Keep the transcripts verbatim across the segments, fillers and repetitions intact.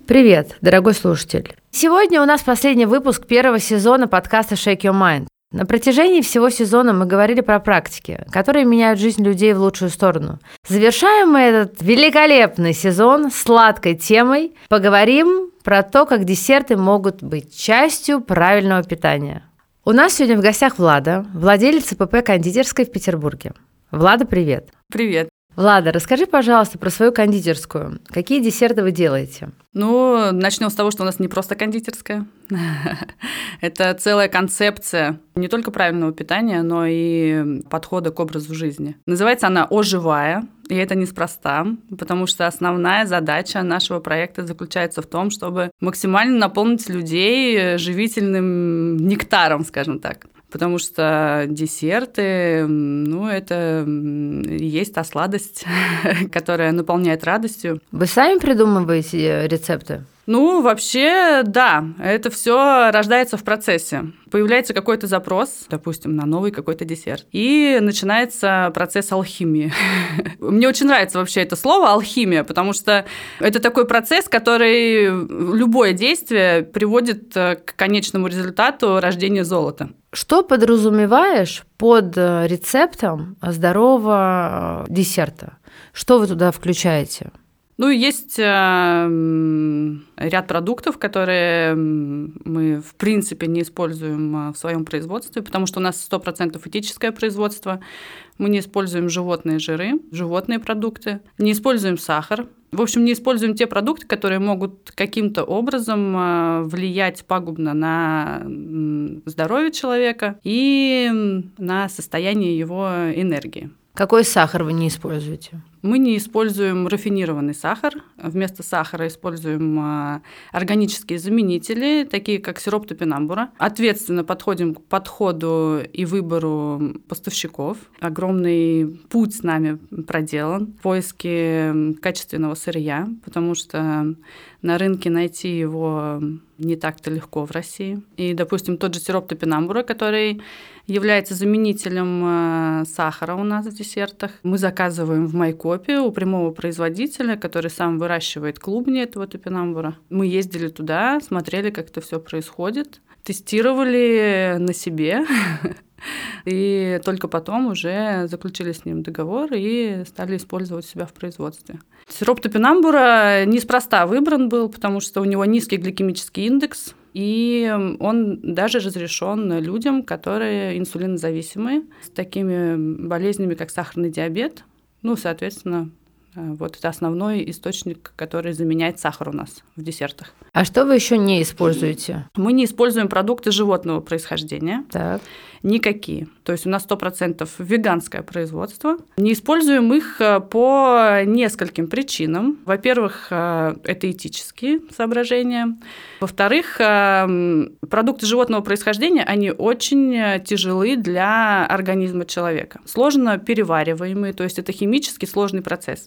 Привет, дорогой слушатель. Сегодня у нас последний выпуск первого сезона подкаста Shake Your Mind. На протяжении всего сезона мы говорили про практики, которые меняют жизнь людей в лучшую сторону. Завершаем мы этот великолепный сезон сладкой темой. Поговорим про то, как десерты могут быть частью правильного питания. У нас сегодня в гостях Влада, владелица ПП «Кондитерской» в Петербурге. Влада, привет. Привет. Влада, расскажи, пожалуйста, про свою кондитерскую. Какие десерты вы делаете? Ну, начнем с того, что у нас не просто кондитерская. Это целая концепция не только правильного питания, но и подхода к образу жизни. Называется она «Оживая», и это неспроста, потому что основная задача нашего проекта заключается в том, чтобы максимально наполнить людей живительным нектаром, скажем так. Потому что десерты, ну, это и есть та сладость, которая наполняет радостью. Вы сами придумываете рецепты? Ну, вообще, да, это все рождается в процессе. Появляется какой-то запрос, допустим, на новый какой-то десерт, и начинается процесс алхимии. Мне очень нравится вообще это слово «алхимия», потому что это такой процесс, который любое действие приводит к конечному результату рождения золота. Что подразумеваешь под рецептом здорового десерта? Что вы туда включаете? Ну, есть э, ряд продуктов, которые мы, в принципе, не используем в своем производстве, потому что у нас сто процентов этическое производство. Мы не используем животные жиры, животные продукты, не используем сахар. В общем, не используем те продукты, которые могут каким-то образом влиять пагубно на здоровье человека и на состояние его энергии. Какой сахар вы не используете? Мы не используем рафинированный сахар. Вместо сахара используем органические заменители, такие как сироп топинамбура. Ответственно подходим к подходу и выбору поставщиков. Огромный путь с нами проделан в поиске качественного сырья, потому что на рынке найти его не так-то легко в России. И, допустим, тот же сироп топинамбура, который является заменителем сахара у нас в десертах, мы заказываем в Майкопе у прямого производителя, который сам выращивает клубни этого топинамбура. Мы ездили туда, смотрели, как это все происходит, тестировали на себе, и только потом уже заключили с ним договор и стали использовать себя в производстве. Сироп топинамбура неспроста выбран был, потому что у него низкий гликемический индекс, и он даже разрешен людям, которые инсулинозависимые, с такими болезнями, как сахарный диабет. Ну, соответственно, вот это основной источник, который заменяет сахар у нас в десертах. А что вы еще не используете? Мы не используем продукты животного происхождения. Так. Никакие. То есть у нас сто процентов веганское производство. Не используем их по нескольким причинам. Во-первых, это этические соображения. Во-вторых, продукты животного происхождения, они очень тяжелы для организма человека. Сложно перевариваемые, то есть это химически сложный процесс,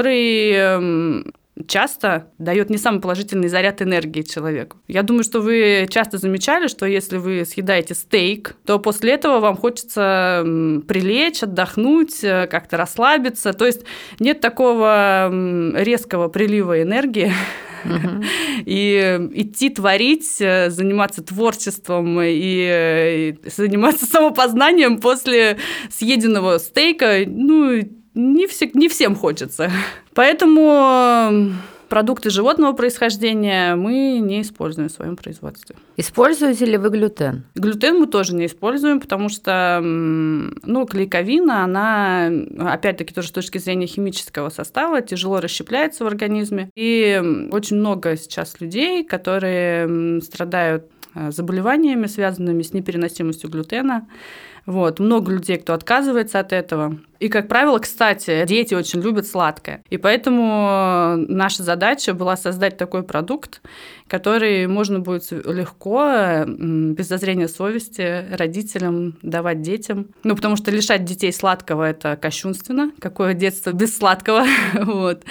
который часто дает не самый положительный заряд энергии человеку. Я думаю, что вы часто замечали, что если вы съедаете стейк, то после этого вам хочется прилечь, отдохнуть, как-то расслабиться. То есть нет такого резкого прилива энергии. Uh-huh. И идти творить, заниматься творчеством и заниматься самопознанием после съеденного стейка, ну, Не, все, не всем хочется. Поэтому продукты животного происхождения мы не используем в своем производстве. Используете ли вы глютен? Глютен мы тоже не используем, потому что ну, клейковина, она, опять-таки, тоже с точки зрения химического состава, тяжело расщепляется в организме. И очень много сейчас людей, которые страдают заболеваниями, связанными с непереносимостью глютена. Вот. Много людей, кто отказывается от этого. И, как правило, кстати, дети очень любят сладкое. И поэтому наша задача была создать такой продукт, который можно будет легко, без зазрения совести, родителям давать детям. Ну, потому что лишать детей сладкого – это кощунственно. Какое детство без сладкого? Вот.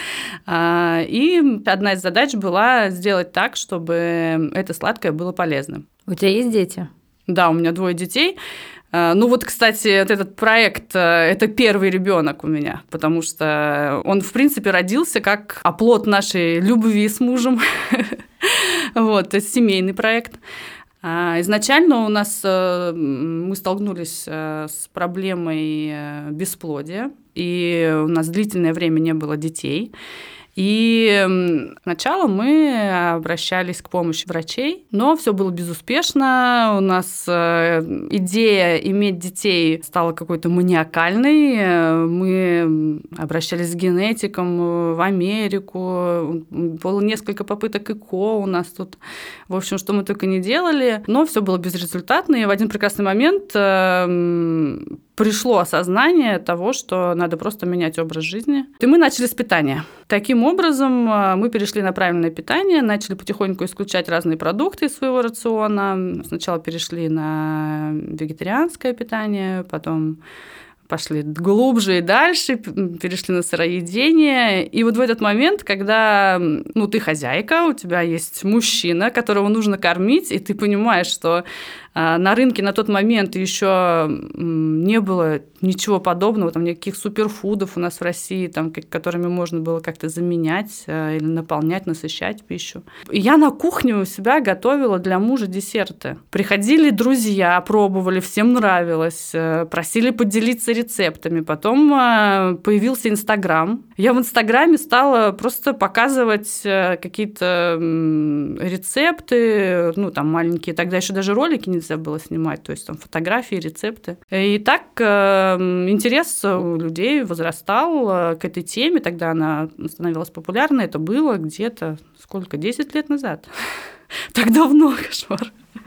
И одна из задач была сделать так, чтобы это сладкое было полезным. У тебя есть дети? Да, у меня двое детей. Ну вот, кстати, вот этот проект – это первый ребенок у меня, потому что он, в принципе, родился как оплот нашей любви с мужем. Вот, то есть семейный проект. Изначально у нас мы столкнулись с проблемой бесплодия, и у нас длительное время не было детей. И сначала мы обращались к помощи врачей, но все было безуспешно. У нас идея иметь детей стала какой-то маниакальной. Мы обращались к генетикам в Америку. Было несколько попыток ЭКО у нас тут. В общем, что мы только не делали. Но все было безрезультатно. И в один прекрасный момент пришло осознание того, что надо просто менять образ жизни. И мы начали с питания. Таким образом, мы перешли на правильное питание, начали потихоньку исключать разные продукты из своего рациона. Сначала перешли на вегетарианское питание, потом пошли глубже и дальше, перешли на сыроедение. И вот в этот момент, когда ну, ты хозяйка, у тебя есть мужчина, которого нужно кормить, и ты понимаешь, что на рынке на тот момент еще не было ничего подобного, там никаких суперфудов у нас в России, там, которыми можно было как-то заменять или наполнять, насыщать пищу. И я на кухне у себя готовила для мужа десерты. Приходили друзья, пробовали, всем нравилось, просили поделиться рецептами. Потом появился Инстаграм. Я в Инстаграме стала просто показывать какие-то рецепты, ну, там маленькие, тогда еще даже ролики нельзя было снимать, то есть там фотографии, рецепты. И так интерес у людей возрастал к этой теме, тогда она становилась популярной, это было где-то, сколько, десять лет назад. Так давно, кошмар.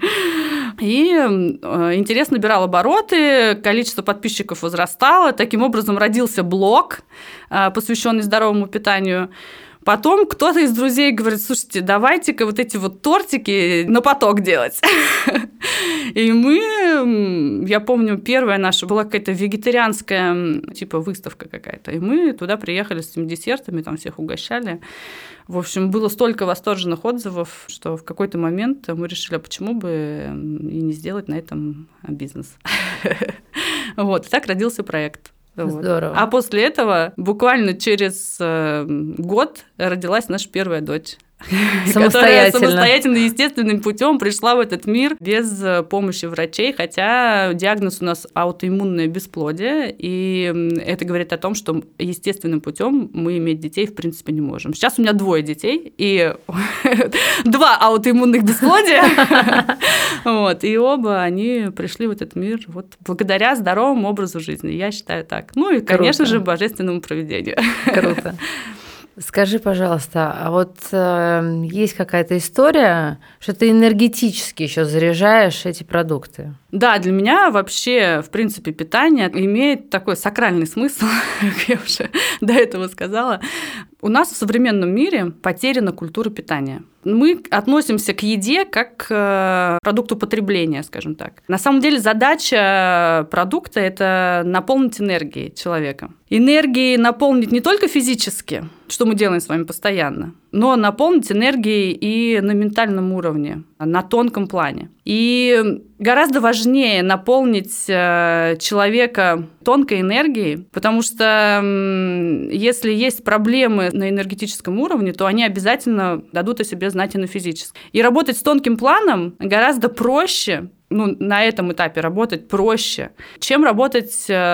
И интерес набирал обороты, количество подписчиков возрастало, таким образом родился блог, посвященный здоровому питанию. Потом кто-то из друзей говорит: слушайте, давайте-ка вот эти вот тортики на поток делать. И мы, я помню, первая наша была какая-то вегетарианская, типа выставка какая-то, и мы туда приехали с этими десертами, там всех угощали. В общем, было столько восторженных отзывов, что в какой-то момент мы решили, а почему бы и не сделать на этом бизнес. Вот, и так родился проект. Здорово. Вот. А после этого буквально через э, год родилась наша первая дочь. Которая самостоятельно, естественным путем пришла в этот мир без помощи врачей, хотя диагноз у нас аутоиммунное бесплодие, и это говорит о том, что естественным путем мы иметь детей в принципе не можем. Сейчас у меня двое детей, и два аутоиммунных бесплодия, вот, и оба они пришли в этот мир вот благодаря здоровому образу жизни, я считаю так. Ну и, конечно же, божественному провидению. Круто. Скажи, пожалуйста, а вот э, есть какая-то история, что ты энергетически еще заряжаешь эти продукты? Да, для меня вообще, в принципе, питание имеет такой сакральный смысл, как я уже до этого сказала. У нас в современном мире потеряна культура питания. Мы относимся к еде как к продукту потребления, скажем так. На самом деле задача продукта – это наполнить энергией человека. Энергией наполнить не только физически, что мы делаем с вами постоянно, но наполнить энергией и на ментальном уровне, на тонком плане. И гораздо важнее наполнить человека тонкой энергией, потому что если есть проблемы на энергетическом уровне, то они обязательно дадут о себе знать и на физическом. И работать с тонким планом гораздо проще, ну, на этом этапе работать проще, чем работать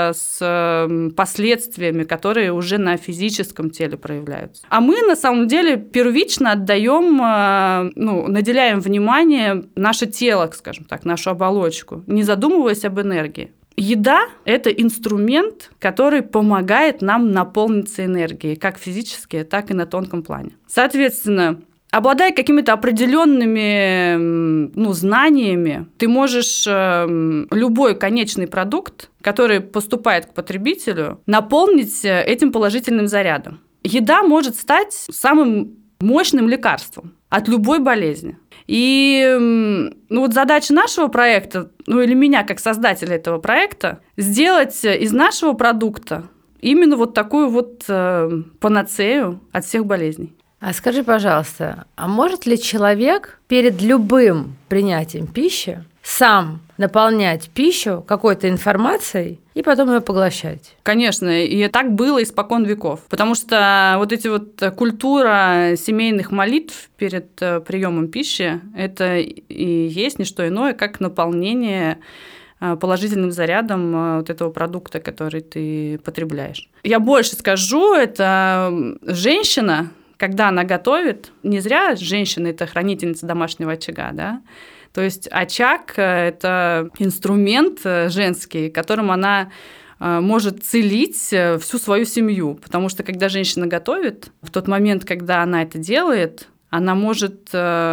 с последствиями, которые уже на физическом теле проявляются. А мы, на самом деле, первично отдаем, ну, наделяем внимание наше тело, скажем так, нашу оболочку, не задумываясь об энергии. Еда – это инструмент, который помогает нам наполниться энергией, как физически, так и на тонком плане. Соответственно, обладая какими-то определенными, ну, знаниями, ты можешь э, любой конечный продукт, который поступает к потребителю, наполнить этим положительным зарядом. Еда может стать самым мощным лекарством от любой болезни. И ну, вот задача нашего проекта, ну или меня как создателя этого проекта, сделать из нашего продукта именно вот такую вот э, панацею от всех болезней. А скажи, пожалуйста, а может ли человек перед любым принятием пищи сам наполнять пищу какой-то информацией и потом ее поглощать. Конечно, и так было испокон веков. Потому что вот эти вот культура семейных молитв перед приемом пищи, это и есть не что иное, как наполнение положительным зарядом вот этого продукта, который ты потребляешь. Я больше скажу, это женщина, когда она готовит, не зря женщина – это хранительница домашнего очага, да? То есть очаг – это инструмент женский, которым она может целить всю свою семью. Потому что когда женщина готовит, в тот момент, когда она это делает, она может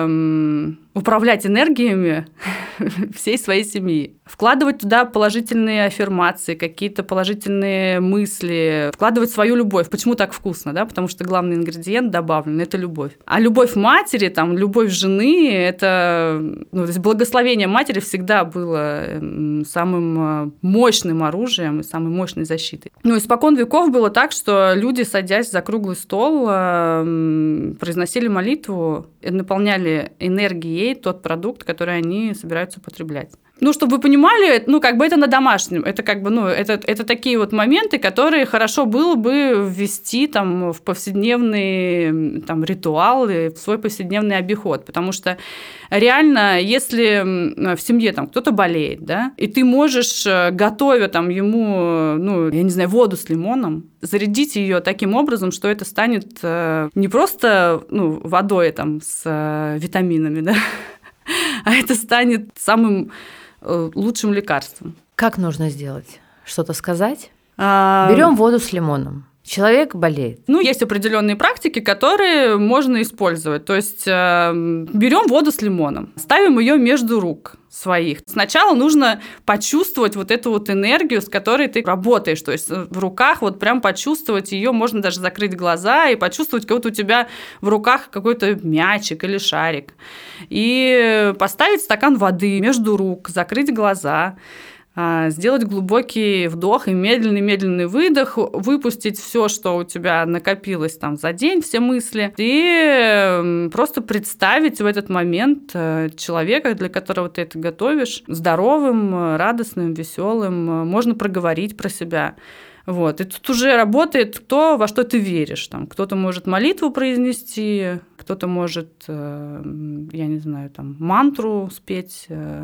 э, управлять энергиями всей своей семьи, вкладывать туда положительные аффирмации, какие-то положительные мысли, вкладывать свою любовь. Почему так вкусно? Да? Потому что главный ингредиент добавлен – это любовь. А любовь матери, там, любовь жены – это… Ну, то есть благословение матери всегда было самым мощным оружием и самой мощной защитой. Ну, испокон веков было так, что люди, садясь за круглый стол, произносили молитву, наполняли энергией тот продукт, который они собираются потреблять. Ну, чтобы вы понимали, ну, как бы это на домашнем. Это как бы, ну, это, это такие вот моменты, которые хорошо было бы ввести там в повседневный там, ритуал, в свой повседневный обиход. Потому что реально, если в семье там кто-то болеет, да, и ты можешь, готовя там ему, ну, я не знаю, воду с лимоном, зарядить ее таким образом, что это станет не просто, ну, водой там с витаминами, да, а это станет самым лучшим лекарством. Как нужно сделать? Что-то сказать? А... Берем воду с лимоном. Человек болеет. Ну, есть определенные практики, которые можно использовать. То есть берем воду с лимоном, ставим ее между рук своих. Сначала нужно почувствовать вот эту вот энергию, с которой ты работаешь. То есть в руках вот прям почувствовать ее, можно даже закрыть глаза и почувствовать, как будто у тебя в руках какой-то мячик или шарик. И поставить стакан воды между рук, закрыть глаза, сделать глубокий вдох и медленный-медленный выдох, выпустить все, что у тебя накопилось там за день, все мысли, и просто представить в этот момент человека, для которого ты это готовишь, здоровым, радостным, веселым. Можно проговорить про себя. Вот. И тут уже работает то, во что ты веришь. Там, кто-то может молитву произнести, кто-то может, я не знаю, там, мантру спеть,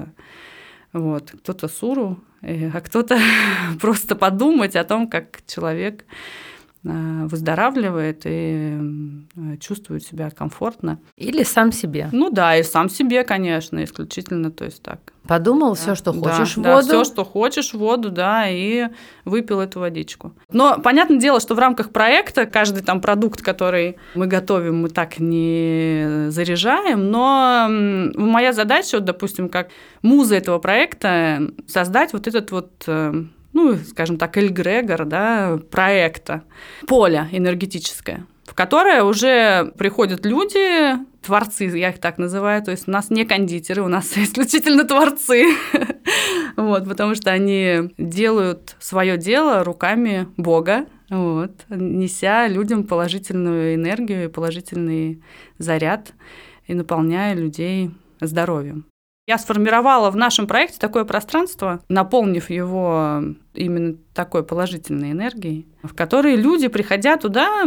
вот, кто-то суру, а кто-то просто подумать о том, как человек выздоравливает и чувствует себя комфортно. Или сам себе. Ну да, и сам себе, конечно, исключительно, то есть так. Подумал да, все, что хочешь да, в да, воду. все, что хочешь в воду, да, и выпил эту водичку. Но понятное дело, что в рамках проекта каждый там продукт, который мы готовим, мы так не заряжаем, но моя задача, вот, допустим, как муза этого проекта, создать вот этот вот, ну, скажем так, эгрегор, да, проекта, поле энергетическое, в которое уже приходят люди, творцы, я их так называю, то есть у нас не кондитеры, у нас исключительно творцы, вот, потому что они делают свое дело руками Бога, вот, неся людям положительную энергию и положительный заряд и наполняя людей здоровьем. Я сформировала в нашем проекте такое пространство, наполнив его именно такой положительной энергией, в которой люди, приходя туда,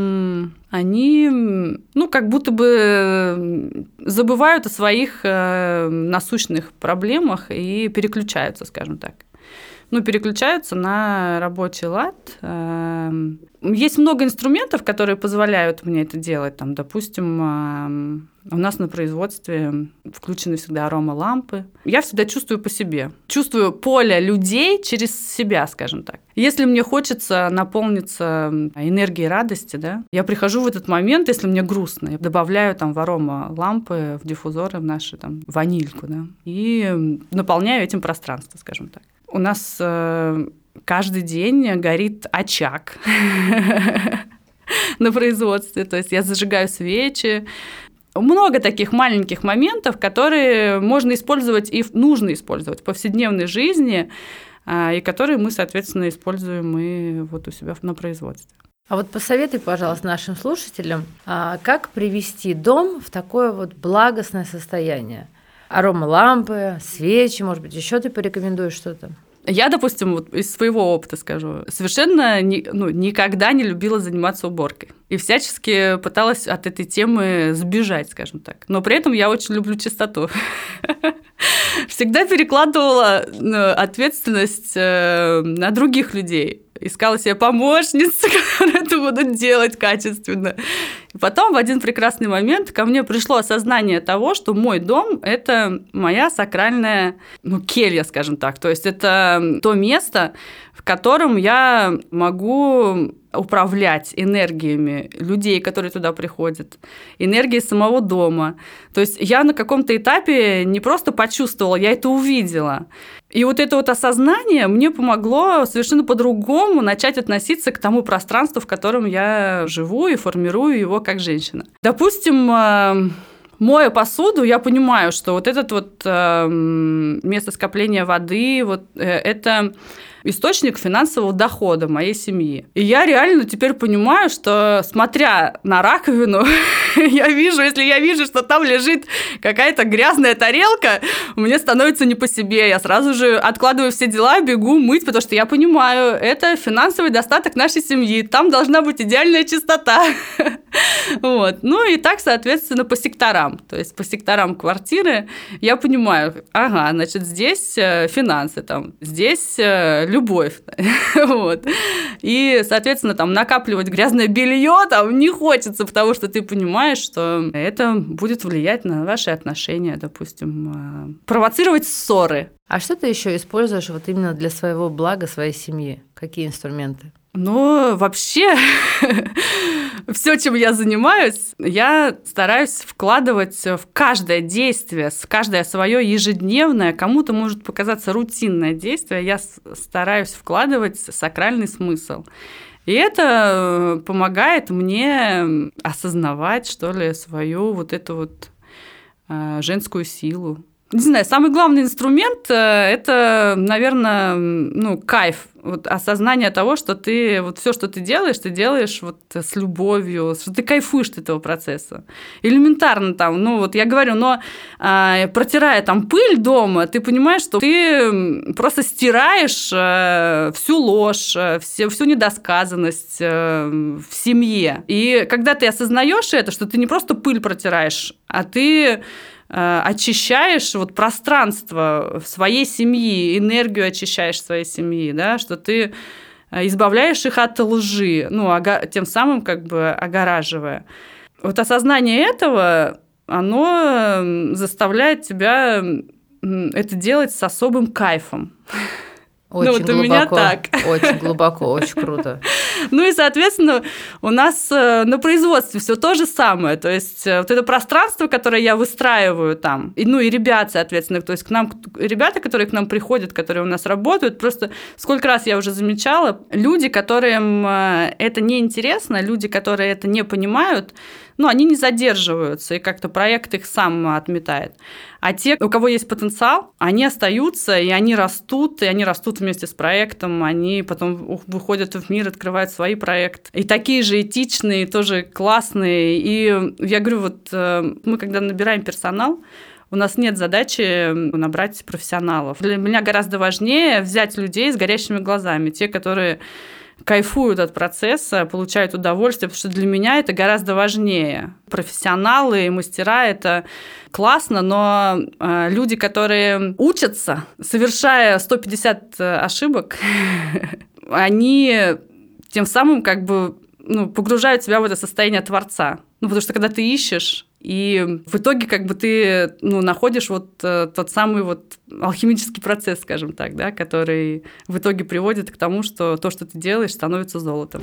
они, ну, как будто бы забывают о своих насущных проблемах и переключаются, скажем так. Ну, переключаются на рабочий лад. Есть много инструментов, которые позволяют мне это делать. Там, допустим, у нас на производстве включены всегда аромалампы. Я всегда чувствую по себе. Чувствую поле людей через себя, скажем так. Если мне хочется наполниться энергией радости, да, я прихожу в этот момент, если мне грустно, я добавляю там в аромалампы, в диффузоры, в наши там ванильку, да, и наполняю этим пространство, скажем так. У нас э, каждый день горит очаг на производстве, то есть я зажигаю свечи. Много таких маленьких моментов, которые можно использовать и нужно использовать в повседневной жизни, и которые мы, соответственно, используем и вот у себя на производстве. А вот посоветуй, пожалуйста, нашим слушателям, как привести дом в такое вот благостное состояние. Аромалампы, свечи, может быть, еще ты порекомендуешь что-то? Я, допустим, вот из своего опыта скажу, совершенно ни, ну, никогда не любила заниматься уборкой. И всячески пыталась от этой темы сбежать, скажем так. Но при этом я очень люблю чистоту. Всегда перекладывала ответственность на других людей. Искала себе помощниц, которые это будут делать качественно. И потом в один прекрасный момент ко мне пришло осознание того, что мой дом – это моя сакральная, ну, келья, скажем так. То есть это то место, в котором я могу управлять энергиями людей, которые туда приходят, энергией самого дома. То есть я на каком-то этапе не просто почувствовала, я это увидела. И вот это вот осознание мне помогло совершенно по-другому начать относиться к тому пространству, в котором я живу и формирую его как женщина. Допустим, моя посуду, я понимаю, что вот это вот место скопления воды, вот это источник финансового дохода моей семьи. И я реально теперь понимаю, что, смотря на раковину, я вижу, если я вижу, что там лежит какая-то грязная тарелка, мне становится не по себе. Я сразу же откладываю все дела, бегу мыть, потому что я понимаю, это финансовый достаток нашей семьи. Там должна быть идеальная чистота. Вот. Ну и так, соответственно, по секторам. То есть по секторам квартиры я понимаю, ага, значит, здесь финансы, там, здесь любовь. Вот. И, соответственно, там накапливать грязное белье там не хочется, потому что ты понимаешь, что это будет влиять на ваши отношения, допустим, провоцировать ссоры. А что ты еще используешь вот именно для своего блага, своей семьи? Какие инструменты? Ну, вообще, все, чем я занимаюсь, я стараюсь вкладывать в каждое действие, в каждое свое ежедневное, кому-то может показаться рутинное действие, я стараюсь вкладывать сакральный смысл. И это помогает мне осознавать, что ли, свою вот эту вот женскую силу. Не знаю, самый главный инструмент – это, наверное, ну, кайф, вот осознание того, что ты вот все, что ты делаешь, ты делаешь вот с любовью, что ты кайфуешь от этого процесса. Элементарно там, ну вот я говорю, но а, протирая там пыль дома, ты понимаешь, что ты просто стираешь а, всю ложь, все, всю недосказанность а, в семье. И когда ты осознаешь это, что ты не просто пыль протираешь, а ты очищаешь вот пространство своей семьи, энергию очищаешь своей семьи, да, что ты избавляешь их от лжи, ну, тем самым как бы огораживая. Вот осознание этого, оно заставляет тебя это делать с особым кайфом. Очень ну, вот глубоко, у меня так. Очень глубоко, очень круто. Ну и, соответственно, у нас на производстве все то же самое. То есть вот это пространство, которое я выстраиваю там, и, ну и ребят, соответственно, то есть к нам, ребята, которые к нам приходят, которые у нас работают, просто сколько раз я уже замечала, люди, которым это неинтересно, люди, которые это не понимают, ну, они не задерживаются, и как-то проект их сам отметает. А те, у кого есть потенциал, они остаются, и они растут, и они растут вместе с проектом, они потом выходят в мир, открывают свои проекты. И такие же этичные, тоже классные. И я говорю, вот мы, когда набираем персонал, у нас нет задачи набрать профессионалов. Для меня гораздо важнее взять людей с горящими глазами, те, которые кайфуют от процесса, получают удовольствие, потому что для меня это гораздо важнее. Профессионалы и мастера – это классно, но люди, которые учатся, совершая сто пятьдесят ошибок, они тем самым как бы ну, погружают себя в это состояние творца. Ну, потому что когда ты ищешь, и в итоге как бы ты ну, находишь вот э, тот самый вот алхимический процесс, скажем так, да, который в итоге приводит к тому, что то, что ты делаешь, становится золотом.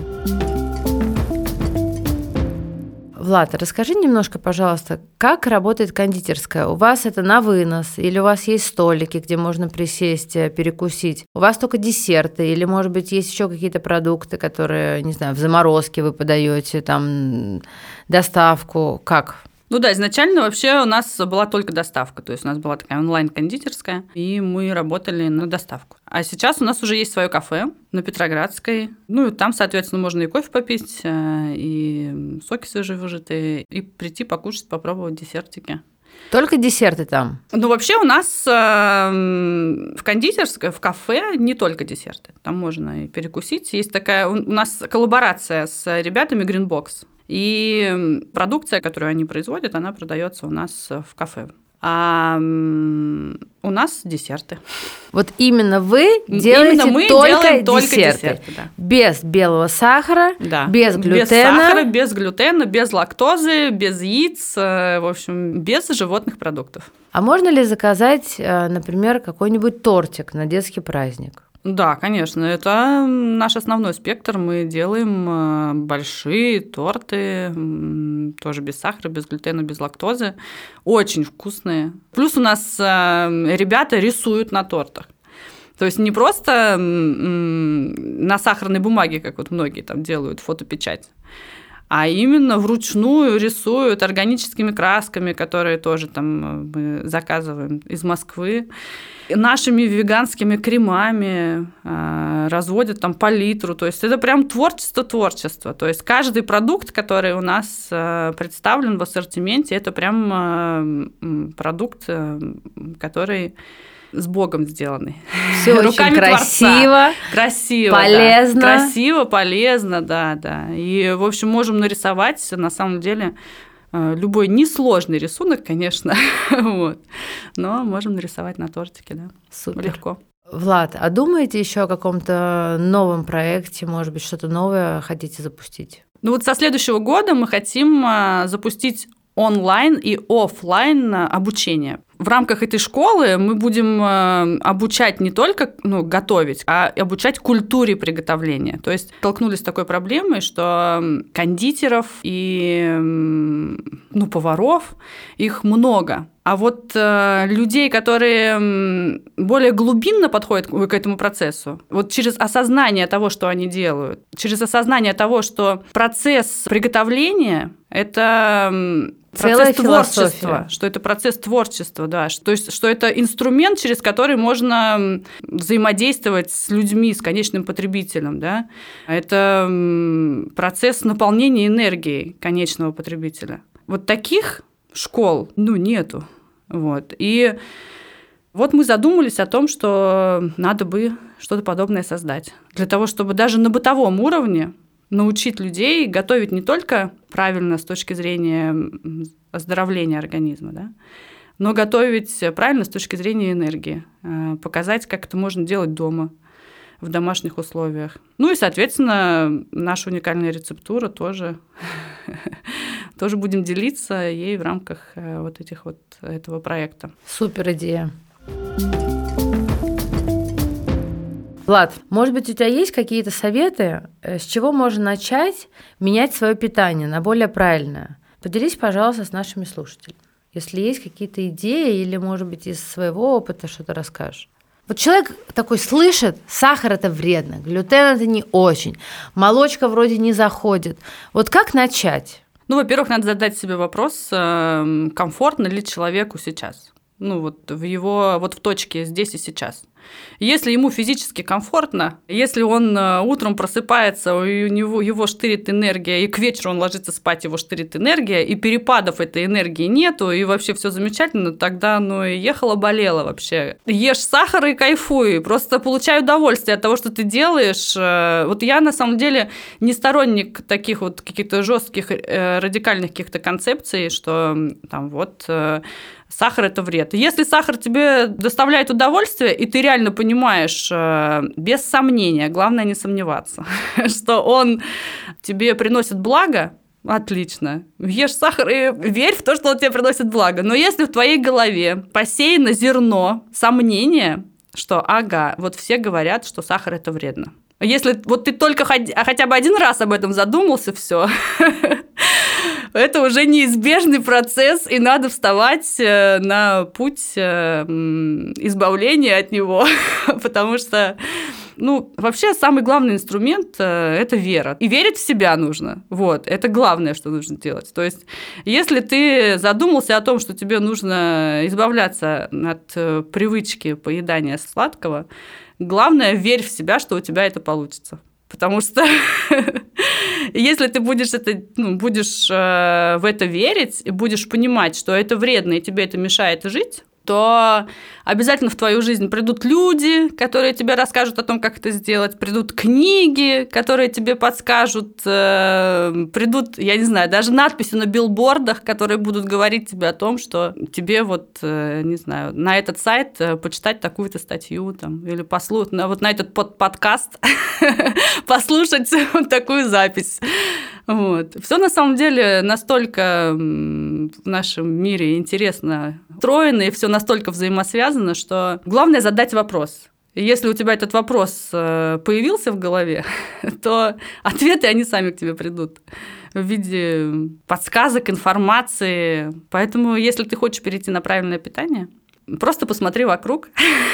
Влад, расскажи немножко, пожалуйста, как работает кондитерская? У вас это на вынос или у вас есть столики, где можно присесть, перекусить? У вас только десерты или, может быть, есть еще какие-то продукты, которые, не знаю, в заморозке вы подаете, там, доставку? Как? Ну да, изначально вообще у нас была только доставка, то есть у нас была такая онлайн-кондитерская, и мы работали на доставку. А сейчас у нас уже есть свое кафе на Петроградской, ну и там, соответственно, можно и кофе попить, и соки свежевыжатые, и прийти покушать, попробовать десертики. Только десерты там? Ну, вообще у нас э, в кондитерской, в кафе не только десерты. Там можно и перекусить. Есть такая у нас коллаборация с ребятами Green Box. И продукция, которую они производят, она продается у нас в кафе. А у нас десерты. Вот именно вы делаете именно мы только, только десерты. десерты да. Без белого сахара, да. без глютена. Без сахара, без глютена, без лактозы, без яиц, в общем, без животных продуктов. А можно ли заказать, например, какой-нибудь тортик на детский праздник? Да, конечно, это наш основной спектр. Мы делаем большие торты, тоже без сахара, без глютена, без лактозы. Очень вкусные. Плюс у нас ребята рисуют на тортах. То есть не просто на сахарной бумаге, как вот многие там делают, фотопечать, а именно вручную рисуют органическими красками, которые тоже там мы заказываем из Москвы. Нашими веганскими кремами э, разводят там по литру. То есть это прям творчество-творчество. То есть каждый продукт, который у нас э, представлен в ассортименте, это прям э, продукт, э, который с Богом сделанный. Все очень красиво, красиво, полезно. Да. Красиво, полезно, да, да. И, в общем, можем нарисовать, на самом деле, любой несложный рисунок, конечно, вот, но можем нарисовать на тортике, да. Супер. Легко. Влад, а думаете еще о каком-то новом проекте, может быть, что-то новое хотите запустить? Ну вот со следующего года мы хотим запустить онлайн и офлайн обучение. В рамках этой школы мы будем обучать не только ну, готовить, а обучать культуре приготовления. То есть столкнулись с такой проблемой, что кондитеров и ну, поваров, их много. А вот э, людей, которые более глубинно подходят к, к этому процессу, вот через осознание того, что они делают, через осознание того, что процесс приготовления – это процесс творчества, что это процесс творчества, да, что, то есть, что это инструмент, через который можно взаимодействовать с людьми, с конечным потребителем, да, это процесс наполнения энергией конечного потребителя. Вот таких школ, ну, нету. Вот. И вот мы задумались о том, что надо бы что-то подобное создать. Для того, чтобы даже на бытовом уровне научить людей готовить не только правильно с точки зрения оздоровления организма, да, но готовить правильно с точки зрения энергии. Показать, как это можно делать дома, в домашних условиях. Ну и, соответственно, наша уникальная рецептура тоже, тоже будем делиться ей в рамках вот этих вот этого проекта. Супер идея. Влад, может быть, у тебя есть какие-то советы, с чего можно начать менять свое питание на более правильное? Поделись, пожалуйста, с нашими слушателями. Если есть какие-то идеи или, может быть, из своего опыта что-то расскажешь. Вот человек такой слышит, сахар – это вредно, глютен – это не очень, молочка вроде не заходит. Вот как начать? Ну, во-первых, надо задать себе вопрос, комфортно ли человеку сейчас. Ну, вот в его, вот в точке здесь и сейчас. Если ему физически комфортно, если он утром просыпается, и у него его штырит энергия, и к вечеру он ложится спать, его штырит энергия, и перепадов этой энергии нету, и вообще все замечательно, тогда, ну, и ехала-болела вообще. Ешь сахар и кайфуй, просто получай удовольствие от того, что ты делаешь. Вот я, на самом деле, не сторонник таких вот каких-то жестких, радикальных каких-то концепций, что там вот... Сахар – это вред. Если сахар тебе доставляет удовольствие, и ты реально понимаешь, без сомнения, главное не сомневаться, что он тебе приносит благо, отлично. Ешь сахар и верь в то, что он тебе приносит благо. Но если в твоей голове посеяно зерно сомнения, что ага, вот все говорят, что сахар – это вредно. Если вот ты только хотя бы один раз об этом задумался, все, это уже неизбежный процесс, и надо вставать на путь избавления от него, потому что, ну, вообще самый главный инструмент – это вера. И верить в себя нужно. Вот, это главное, что нужно делать. То есть, если ты задумался о том, что тебе нужно избавляться от привычки поедания сладкого, главное – верь в себя, что у тебя это получится. потому что если ты будешь, это, ну, будешь э, в это верить и будешь понимать, что это вредно и тебе это мешает жить, то обязательно в твою жизнь придут люди, которые тебе расскажут о том, как это сделать, придут книги, которые тебе подскажут, э, придут, я не знаю, даже надписи на билбордах, которые будут говорить тебе о том, что тебе вот, э, не знаю, на этот сайт почитать такую-то статью там, или послушать, вот на этот под подкаст послушать вот такую запись. Вот. Все на самом деле настолько в нашем мире интересно устроено, и все настолько взаимосвязано, что главное задать вопрос. И если у тебя этот вопрос появился в голове, то ответы, они сами к тебе придут в виде подсказок, информации. Поэтому, если ты хочешь перейти на правильное питание, просто посмотри вокруг,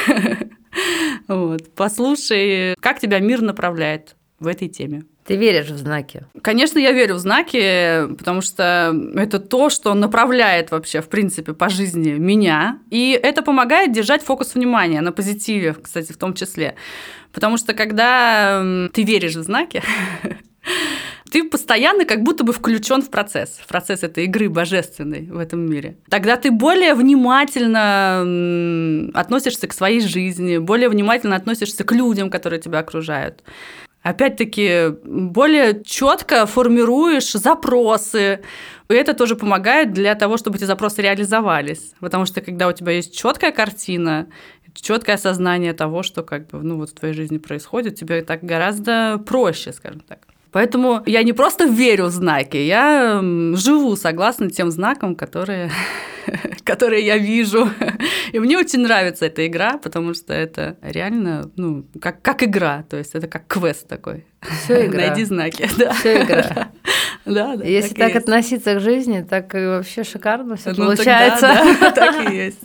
вот, послушай, как тебя мир направляет в этой теме. Ты веришь в знаки? Конечно, я верю в знаки, потому что это то, что направляет вообще, в принципе, по жизни меня. И это помогает держать фокус внимания на позитиве, кстати, в том числе. Потому что когда ты веришь в знаки, ты постоянно как будто бы включен в процесс, в процесс этой игры божественной в этом мире. Тогда ты более внимательно относишься к своей жизни, более внимательно относишься к людям, которые тебя окружают. Опять-таки, более четко формируешь запросы. И это тоже помогает для того, чтобы эти запросы реализовались. Потому что когда у тебя есть четкая картина, четкое осознание того, что как бы, ну, вот в твоей жизни происходит, тебе так гораздо проще, скажем так. Поэтому я не просто верю в знаки, я живу согласно тем знакам, которые, которые я вижу. И мне очень нравится эта игра, потому что это реально, ну, как, как игра, то есть это как квест такой. Всё игра. Найди знаки. Да. Всё игра. Да, да, если так, так относиться к жизни, так и вообще шикарно все ну, получается. Тогда, да, так и есть.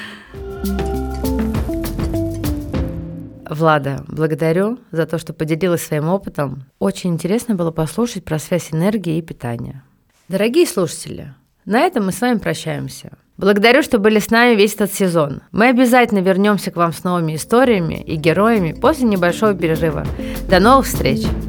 Влада, благодарю за то, что поделилась своим опытом. Очень интересно было послушать про связь энергии и питания. Дорогие слушатели, на этом мы с вами прощаемся. Благодарю, что были с нами весь этот сезон. Мы обязательно вернемся к вам с новыми историями и героями после небольшого перерыва. До новых встреч!